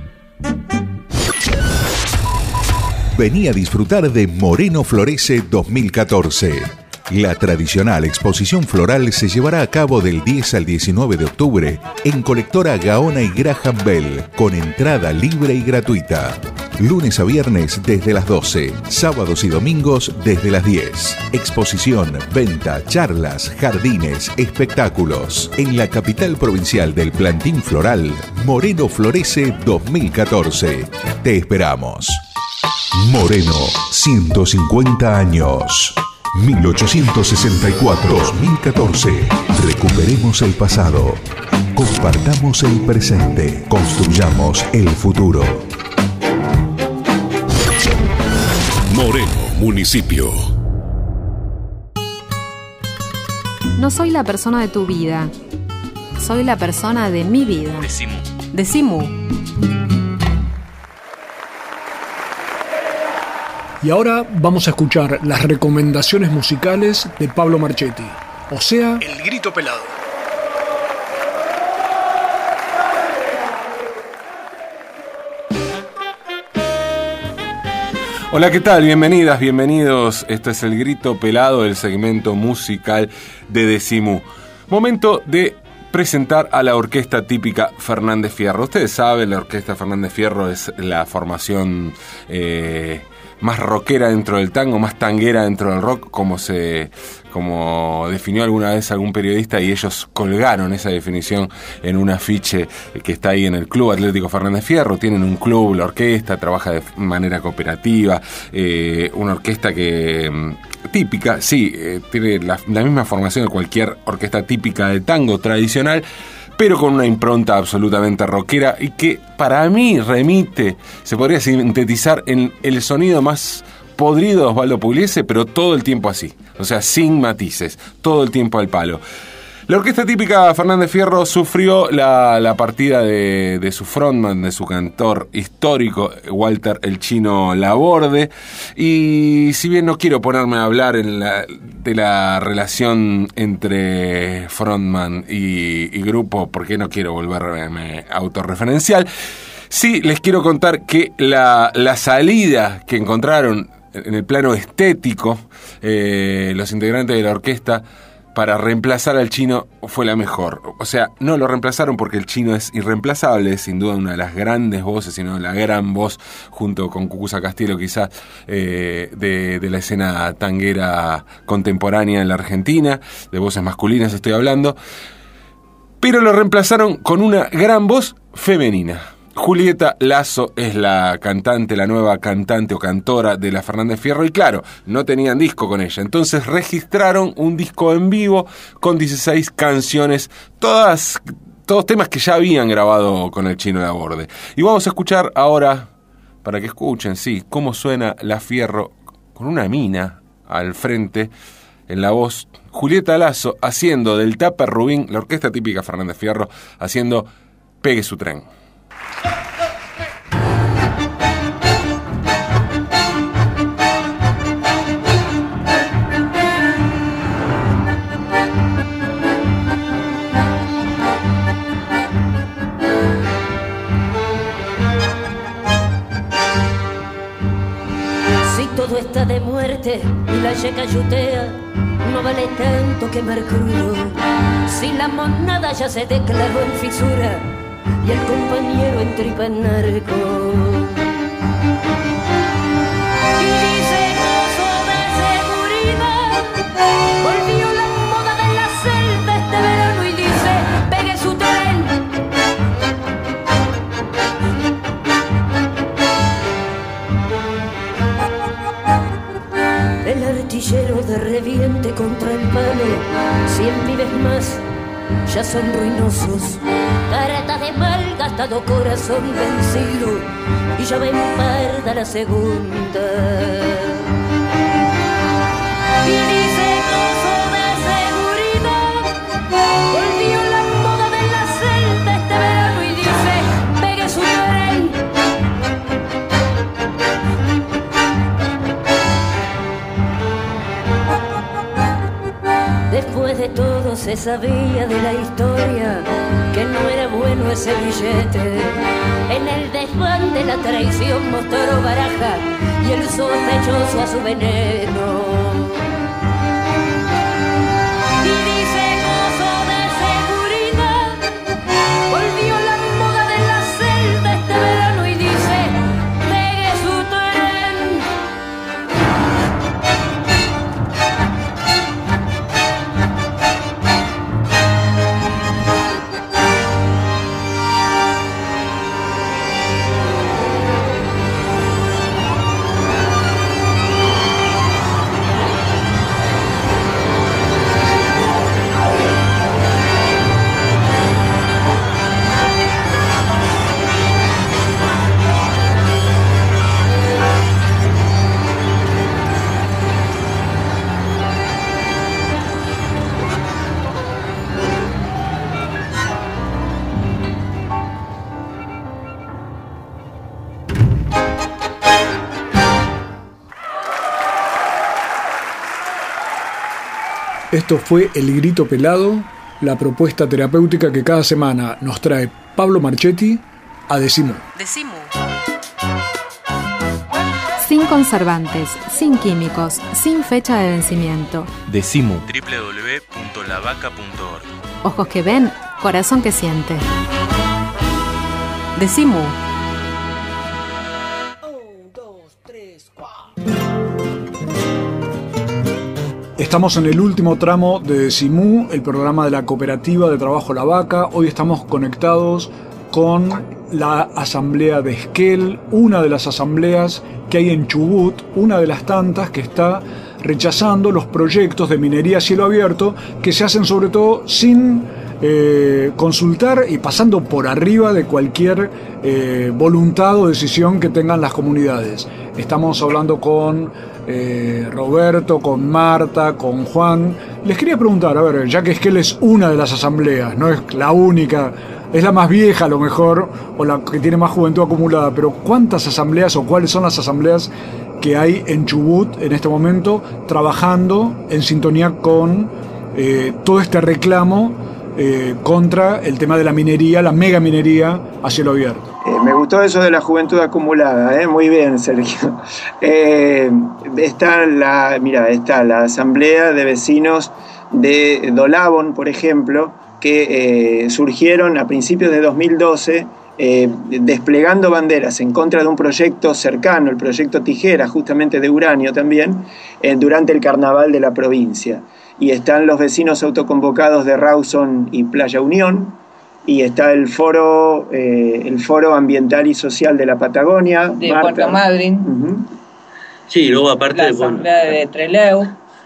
Vení a disfrutar de Moreno Florece dos mil catorce. La tradicional exposición floral se llevará a cabo del diez al diecinueve de octubre en Colectora Gaona y Graham Bell, con entrada libre y gratuita. Lunes a viernes desde las doce, sábados y domingos desde las diez. Exposición, venta, charlas, jardines, espectáculos. En la capital provincial del plantín floral, Moreno Florece dos mil catorce. Te esperamos. Moreno, ciento cincuenta años. mil ochocientos sesenta y cuatro a dos mil catorce. Recuperemos el pasado. Compartamos el presente. Construyamos el futuro. Moreno, municipio. No soy la persona de tu vida. Soy la persona de mi vida. Decimú. Decimú. Y ahora vamos a escuchar las recomendaciones musicales de Pablo Marchetti, o sea, El Grito Pelado. Hola, ¿qué tal? Bienvenidas, bienvenidos. Esto es El Grito Pelado, el segmento musical de Decimú. Momento de presentar a la orquesta típica Fernández Fierro. Ustedes saben, la orquesta Fernández Fierro es la formación eh, más rockera dentro del tango, más tanguera dentro del rock, como se como definió alguna vez algún periodista, y ellos colgaron esa definición en un afiche que está ahí en el Club Atlético Fernández Fierro. Tienen un club, la orquesta trabaja de manera cooperativa, eh, una orquesta que típica, sí, eh, tiene la, la misma formación de cualquier orquesta típica de tango tradicional, pero con una impronta absolutamente rockera y que para mí remite, se podría sintetizar en el sonido más podrido de Osvaldo Pugliese, pero todo el tiempo así, o sea, sin matices, todo el tiempo al palo. La orquesta típica Fernández Fierro sufrió la, la partida de, de su frontman, de su cantor histórico, Walter el Chino Laborde, y si bien no quiero ponerme a hablar en la, de la relación entre frontman y, y grupo, porque no quiero volverme autorreferencial, sí les quiero contar que la, la salida que encontraron en el plano estético eh, los integrantes de la orquesta para reemplazar al Chino fue la mejor. O sea, no lo reemplazaron porque el Chino es irreemplazable, es sin duda una de las grandes voces, sino la gran voz, junto con Cucuza Castillo quizás, eh, de, de la escena tanguera contemporánea en la Argentina, de voces masculinas estoy hablando, pero lo reemplazaron con una gran voz femenina. Julieta Lazo es la cantante, la nueva cantante o cantora de la Fernández Fierro, y claro, no tenían disco con ella, entonces registraron un disco en vivo con dieciséis canciones, todas, todos temas que ya habían grabado con el Chino Laborde. Y vamos a escuchar ahora para que escuchen, sí, cómo suena La Fierro con una mina al frente, en la voz Julieta Lazo, haciendo del Tupper Rubín, la orquesta típica Fernández Fierro, haciendo Pegue su tren. Está de muerte y la yeca yutea, no vale tanto quemar crudo. Si la monada ya se declaró en fisura y el compañero en tripa en narco. Y dice gozo de seguridad, volvió la moda de la celda este verano y dice pegue su tren. El artillero de reviente contra el palo, cien pibes más ya son ruinosos. Carata de mal gastado, corazón vencido, y ya ven parda la segunda. Y dice gozo de seguridad, volvió la moda de la celda este verano y dice pegue su tren. Después de todo se sabía de la historia que no era bueno ese billete. En el desván de la traición mostró baraja y el sospechoso a su veneno. Y dice gozo de seguridad, volvió la moda de la celda este verano y dice pegue su tren. Esto fue El Grito Pelado, la propuesta terapéutica que cada semana nos trae Pablo Marchetti a Decimú. Decimú. Sin conservantes, sin químicos, sin fecha de vencimiento. Decimú. doble u doble u doble u punto la vaca punto org. Ojos que ven, corazón que siente. Decimú. Estamos en el último tramo de Decimú, el programa de la Cooperativa de Trabajo La Vaca. Hoy estamos conectados con la asamblea de Esquel, una de las asambleas que hay en Chubut, una de las tantas que está rechazando los proyectos de minería a cielo abierto que se hacen sobre todo sin eh, consultar y pasando por arriba de cualquier eh, voluntad o decisión que tengan las comunidades. Estamos hablando con eh, Roberto, con Marta, con Juan. Les quería preguntar, a ver, ya que Esquel es una de las asambleas, no es la única, es la más vieja a lo mejor, o la que tiene más juventud acumulada, pero ¿cuántas asambleas o cuáles son las asambleas que hay en Chubut en este momento trabajando en sintonía con eh, todo este reclamo eh, contra el tema de la minería, la mega minería a cielo abierto? Eh, me gustó eso de la juventud acumulada, ¿eh? Muy bien, Sergio. Eh, está la, mira, está la asamblea de vecinos de Dolabón, por ejemplo, que eh, surgieron a principios de dos mil doce eh, desplegando banderas en contra de un proyecto cercano, el proyecto Tijera, justamente de uranio también, eh, durante el carnaval de la provincia. Y están los vecinos autoconvocados de Rawson y Playa Unión, y está el foro, eh, el foro ambiental y social de la Patagonia. De Marta. Puerto Madryn. Uh-huh. Sí, luego aparte... La asamblea bueno, de Trelew.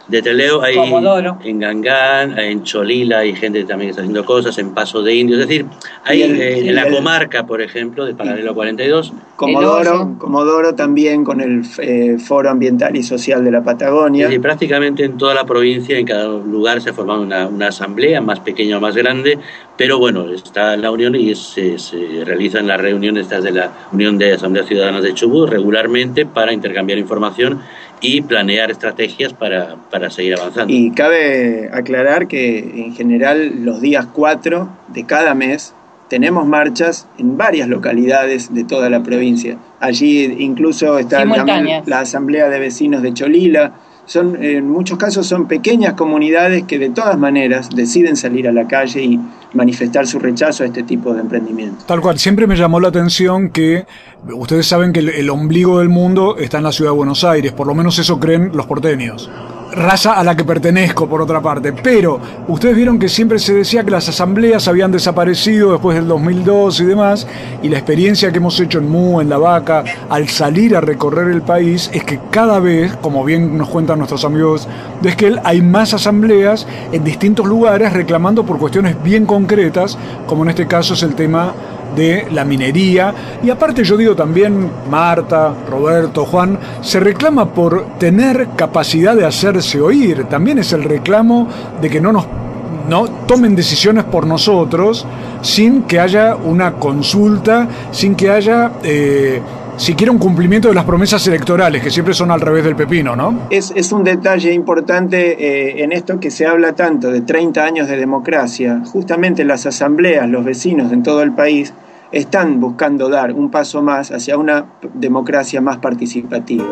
De Trelew hay Comodoro. en Gangán, en Cholila hay gente también que está haciendo cosas, en Paso de Indios, es decir, hay el, eh, en el, la comarca, por ejemplo, de Paralelo cuarenta y dos. Comodoro, Comodoro también con el eh, Foro Ambiental y Social de la Patagonia. Y prácticamente en toda la provincia, en cada lugar se ha formado una, una asamblea, más pequeña o más grande, pero bueno, está la unión y se, se realizan las reuniones estas de la Unión de Asambleas Ciudadanas de Chubut regularmente para intercambiar información y planear estrategias para, para seguir avanzando. Y cabe aclarar que en general los días cuatro de cada mes tenemos marchas en varias localidades de toda la provincia. Allí incluso está la, la Asamblea de Vecinos de Cholila. Son, en muchos casos son pequeñas comunidades que de todas maneras deciden salir a la calle y manifestar su rechazo a este tipo de emprendimientos. Tal cual, siempre me llamó la atención que ustedes saben que el, el ombligo del mundo está en la ciudad de Buenos Aires, por lo menos eso creen los porteños. Raza a la que pertenezco, por otra parte, pero ustedes vieron que siempre se decía que las asambleas habían desaparecido después del dos mil dos y demás, y la experiencia que hemos hecho en Mu, en La Vaca, al salir a recorrer el país, es que cada vez, como bien nos cuentan nuestros amigos de Esquel, hay más asambleas en distintos lugares reclamando por cuestiones bien concretas, como en este caso es el tema de la minería. Y aparte yo digo también, Marta, Roberto, Juan, se reclama por tener capacidad de hacerse oír. También es el reclamo de que no nos no tomen decisiones por nosotros sin que haya una consulta, sin que haya eh, siquiera un cumplimiento de las promesas electorales, que siempre son al revés del pepino, ¿no? Es, es un detalle importante eh, en esto que se habla tanto de treinta años de democracia. Justamente las asambleas, los vecinos en todo el país están buscando dar un paso más hacia una democracia más participativa.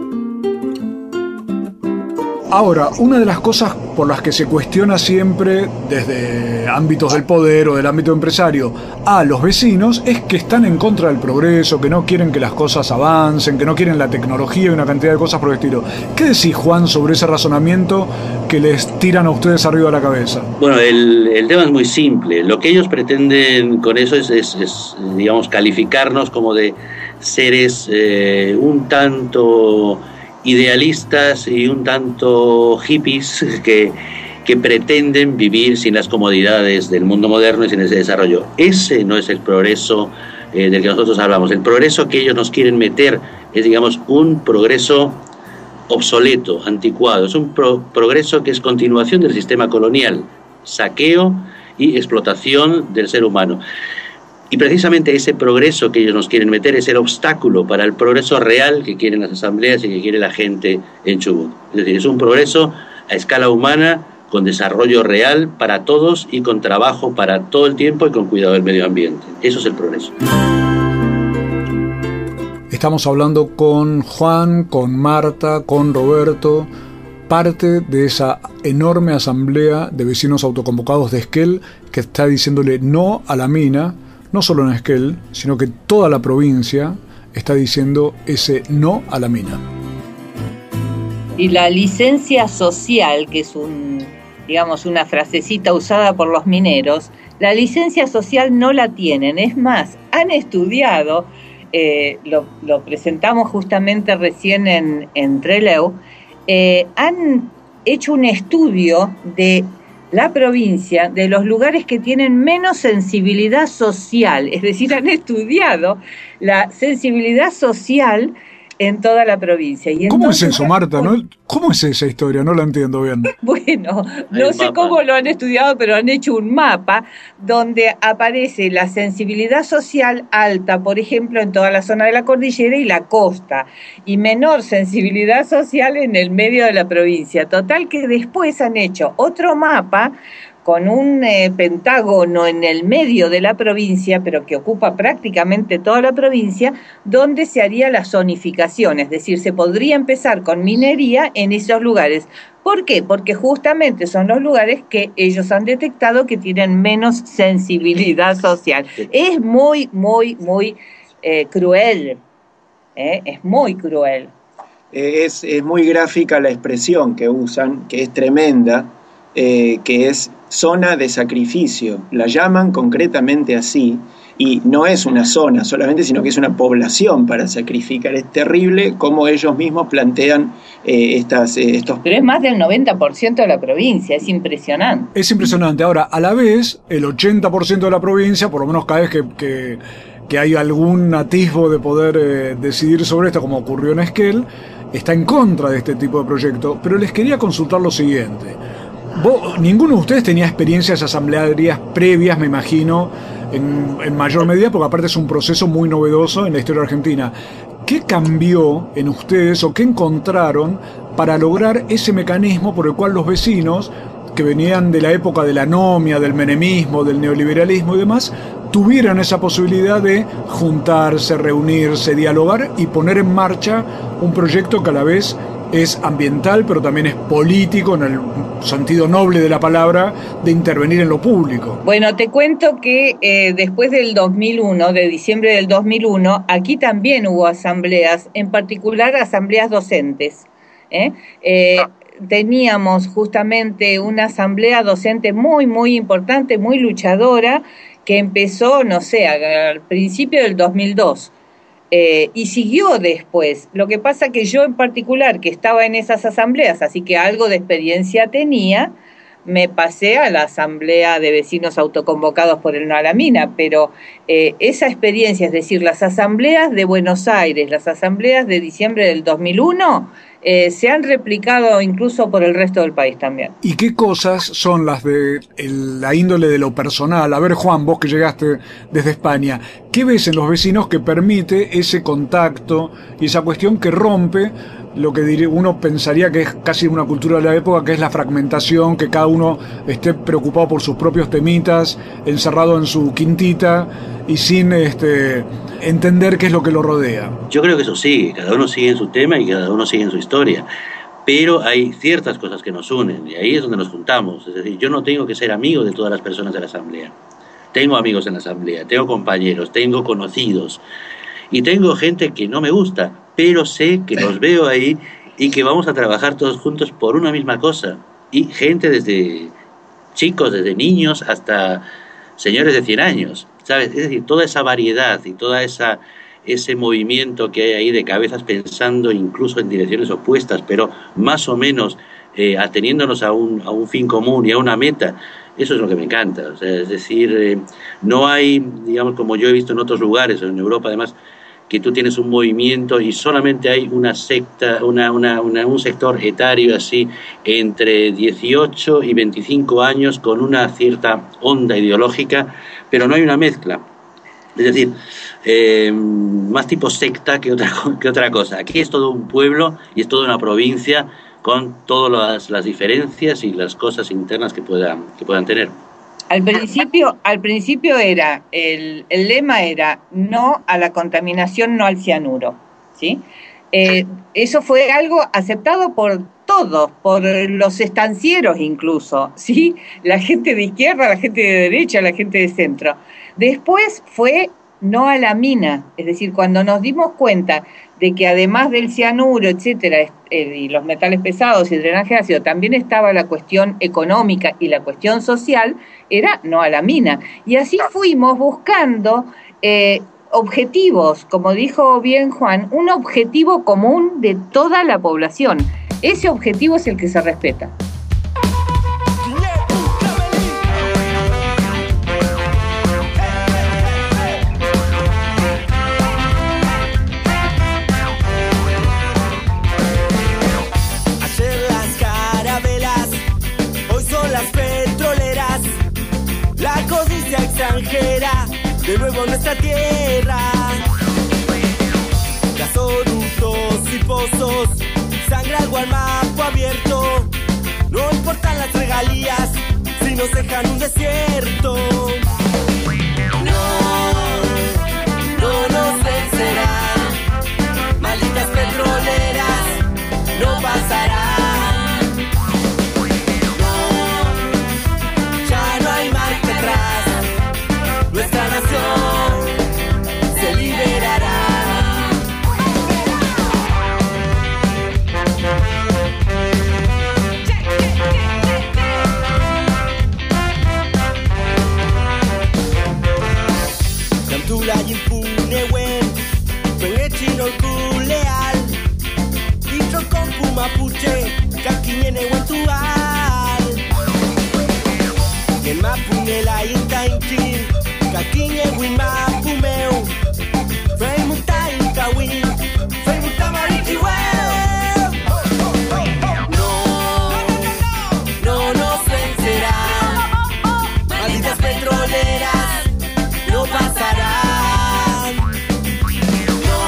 Ahora, una de las cosas por las que se cuestiona siempre desde ámbitos del poder o del ámbito empresario a los vecinos es que están en contra del progreso, que no quieren que las cosas avancen, que no quieren la tecnología y una cantidad de cosas por el estilo. ¿Qué decís, Juan, sobre ese razonamiento que les tiran a ustedes arriba de la cabeza? Bueno, el, el tema es muy simple. Lo que ellos pretenden con eso es, es, es digamos, calificarnos como de seres eh, un tanto idealistas y un tanto hippies que, que pretenden vivir sin las comodidades del mundo moderno y sin ese desarrollo. Ese no es el progreso eh, del que nosotros hablamos. El progreso que ellos nos quieren meter es, digamos, un progreso obsoleto, anticuado. Es un pro- progreso que es continuación del sistema colonial, saqueo y explotación del ser humano. Y precisamente ese progreso que ellos nos quieren meter es el obstáculo para el progreso real que quieren las asambleas y que quiere la gente en Chubut. Es decir, es un progreso a escala humana, con desarrollo real para todos y con trabajo para todo el tiempo y con cuidado del medio ambiente. Eso es el progreso. Estamos hablando con Juan, con Marta, con Roberto, parte de esa enorme asamblea de vecinos autoconvocados de Esquel que está diciéndole no a la mina. No solo en Esquel, sino que toda la provincia está diciendo ese no a la mina. Y la licencia social, que es un, digamos, una frasecita usada por los mineros, la licencia social no la tienen. Es más, han estudiado, eh, lo, lo presentamos justamente recién en, en Trelew, eh, han hecho un estudio de la provincia, de los lugares que tienen menos sensibilidad social, es decir, han estudiado la sensibilidad social en toda la provincia. Y ¿Cómo entonces, es eso, Marta? ¿No? ¿Cómo es esa historia? No la entiendo bien. Bueno, no sé cómo lo han estudiado, pero han hecho un mapa donde aparece la sensibilidad social alta, por ejemplo, en toda la zona de la cordillera y la costa, y menor sensibilidad social en el medio de la provincia. Total que después han hecho otro mapa con un eh, pentágono en el medio de la provincia, pero que ocupa prácticamente toda la provincia, donde se haría la zonificación, es decir, se podría empezar con minería en esos lugares. ¿Por qué? Porque justamente son los lugares que ellos han detectado que tienen menos sensibilidad social. Es muy, muy, muy eh, cruel, ¿eh? Es muy cruel. Es, es muy gráfica la expresión que usan, que es tremenda, eh, que es zona de sacrificio, la llaman concretamente así, y no es una zona solamente, sino que es una población para sacrificar. Es terrible cómo ellos mismos plantean eh, estas, eh, estos... Pero es más del noventa por ciento de la provincia, es impresionante. Es impresionante. Ahora, a la vez, el ochenta por ciento de la provincia, por lo menos cada vez que, que, que hay algún atisbo de poder eh, decidir sobre esto, como ocurrió en Esquel, está en contra de este tipo de proyecto. Pero les quería consultar lo siguiente. Vos, ninguno de ustedes tenía experiencias asamblearias previas, me imagino, en, en mayor medida, porque aparte es un proceso muy novedoso en la historia argentina. ¿Qué cambió en ustedes o qué encontraron para lograr ese mecanismo por el cual los vecinos, que venían de la época de la anomia, del menemismo, del neoliberalismo y demás, tuvieran esa posibilidad de juntarse, reunirse, dialogar y poner en marcha un proyecto que a la vez es ambiental, pero también es político en el sentido noble de la palabra, de intervenir en lo público? Bueno, te cuento que eh, después del dos mil uno, de diciembre del dos mil uno, aquí también hubo asambleas, en particular asambleas docentes. ¿eh? Eh, teníamos justamente una asamblea docente muy, muy importante, muy luchadora, que empezó, no sé, al principio del dos mil dos. Eh, y siguió después. Lo que pasa que yo en particular, que estaba en esas asambleas, así que algo de experiencia tenía, me pasé a la asamblea de vecinos autoconvocados por el No a la Mina, pero eh, esa experiencia, es decir, las asambleas de Buenos Aires, las asambleas de diciembre del dos mil uno, eh, se han replicado incluso por el resto del país también. ¿Y qué cosas son las de el, la índole de lo personal? A ver, Juan, vos que llegaste desde España, ¿qué ves en los vecinos que permite ese contacto y esa cuestión que rompe lo que diré, uno pensaría que es casi una cultura de la época, que es la fragmentación, que cada uno esté preocupado por sus propios temitas, encerrado en su quintita y sin este, entender qué es lo que lo rodea? Yo creo que eso sí, cada uno sigue en su tema y cada uno sigue en su historia, pero hay ciertas cosas que nos unen y ahí es donde nos juntamos. Es decir, yo no tengo que ser amigo de todas las personas de la asamblea. Tengo amigos en la asamblea, tengo compañeros, tengo conocidos y tengo gente que no me gusta, pero sé que los veo ahí y que vamos a trabajar todos juntos por una misma cosa. Y gente desde chicos, desde niños hasta señores de cien años, ¿sabes? Es decir, toda esa variedad y toda esa ese movimiento que hay ahí de cabezas pensando incluso en direcciones opuestas, pero más o menos eh, ateniéndonos a un, a un fin común y a una meta. Eso es lo que me encanta. O sea, es decir, eh, no hay, digamos, como yo he visto en otros lugares, en Europa además, que tú tienes un movimiento y solamente hay una secta, una, una, una, un sector etario así entre dieciocho y veinticinco años con una cierta onda ideológica, pero no hay una mezcla. Es decir, eh, más tipo secta que otra, que otra cosa. Aquí es todo un pueblo y es toda una provincia con todas las, las diferencias y las cosas internas que puedan, que puedan tener. Al principio, al principio era, el, el lema era no a la contaminación, no al cianuro, ¿sí? Eh, eso fue algo aceptado por todos, por los estancieros incluso, ¿sí? La gente de izquierda, la gente de derecha, la gente de centro. Después fue no a la mina, es decir, cuando nos dimos cuenta de que además del cianuro, etcétera, eh, y los metales pesados y el drenaje ácido, también estaba la cuestión económica y la cuestión social, era no a la mina. Y así fuimos buscando eh, objetivos, como dijo bien Juan, un objetivo común de toda la población. Ese objetivo es el que se respeta. De nuevo en nuestra tierra, gasoductos y pozos, sangre al guamaco abierto. No importan las regalías si nos dejan un desierto. No, no nos vencerán, malditas petroleras, no pasarán. Nuestra nación se liberará. petroleras no pasarán. No,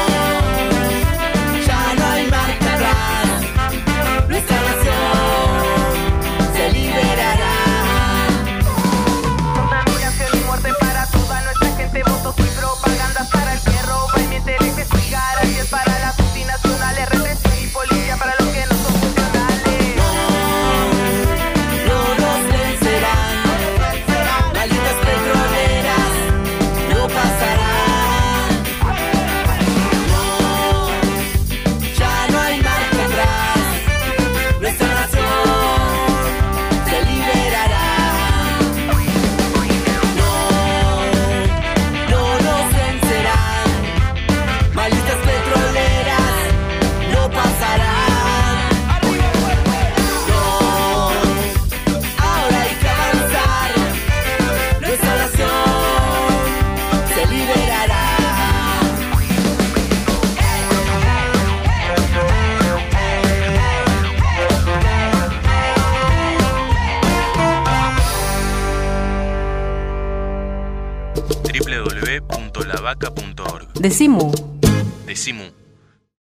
ya no hay marcha atrás. Nuestra nación se liberará. Contaminación y muerte para toda nuestra gente. Votos y propagandas para el que roba y miente de investigar. Así es para las multinacionales, redes y policía para los que no son funcionales. No, no nos vencerán. Malditas petroleras no pasarán. No, ya no hay marcha atrás. Nuestra nación se liberará. No, no nos vencerán. Malditas petroleras no pasarán. No, ahora hay que avanzar. Nuestra nación se liberará. doble u doble u doble u punto la vaca punto org. Decimu. Decimu.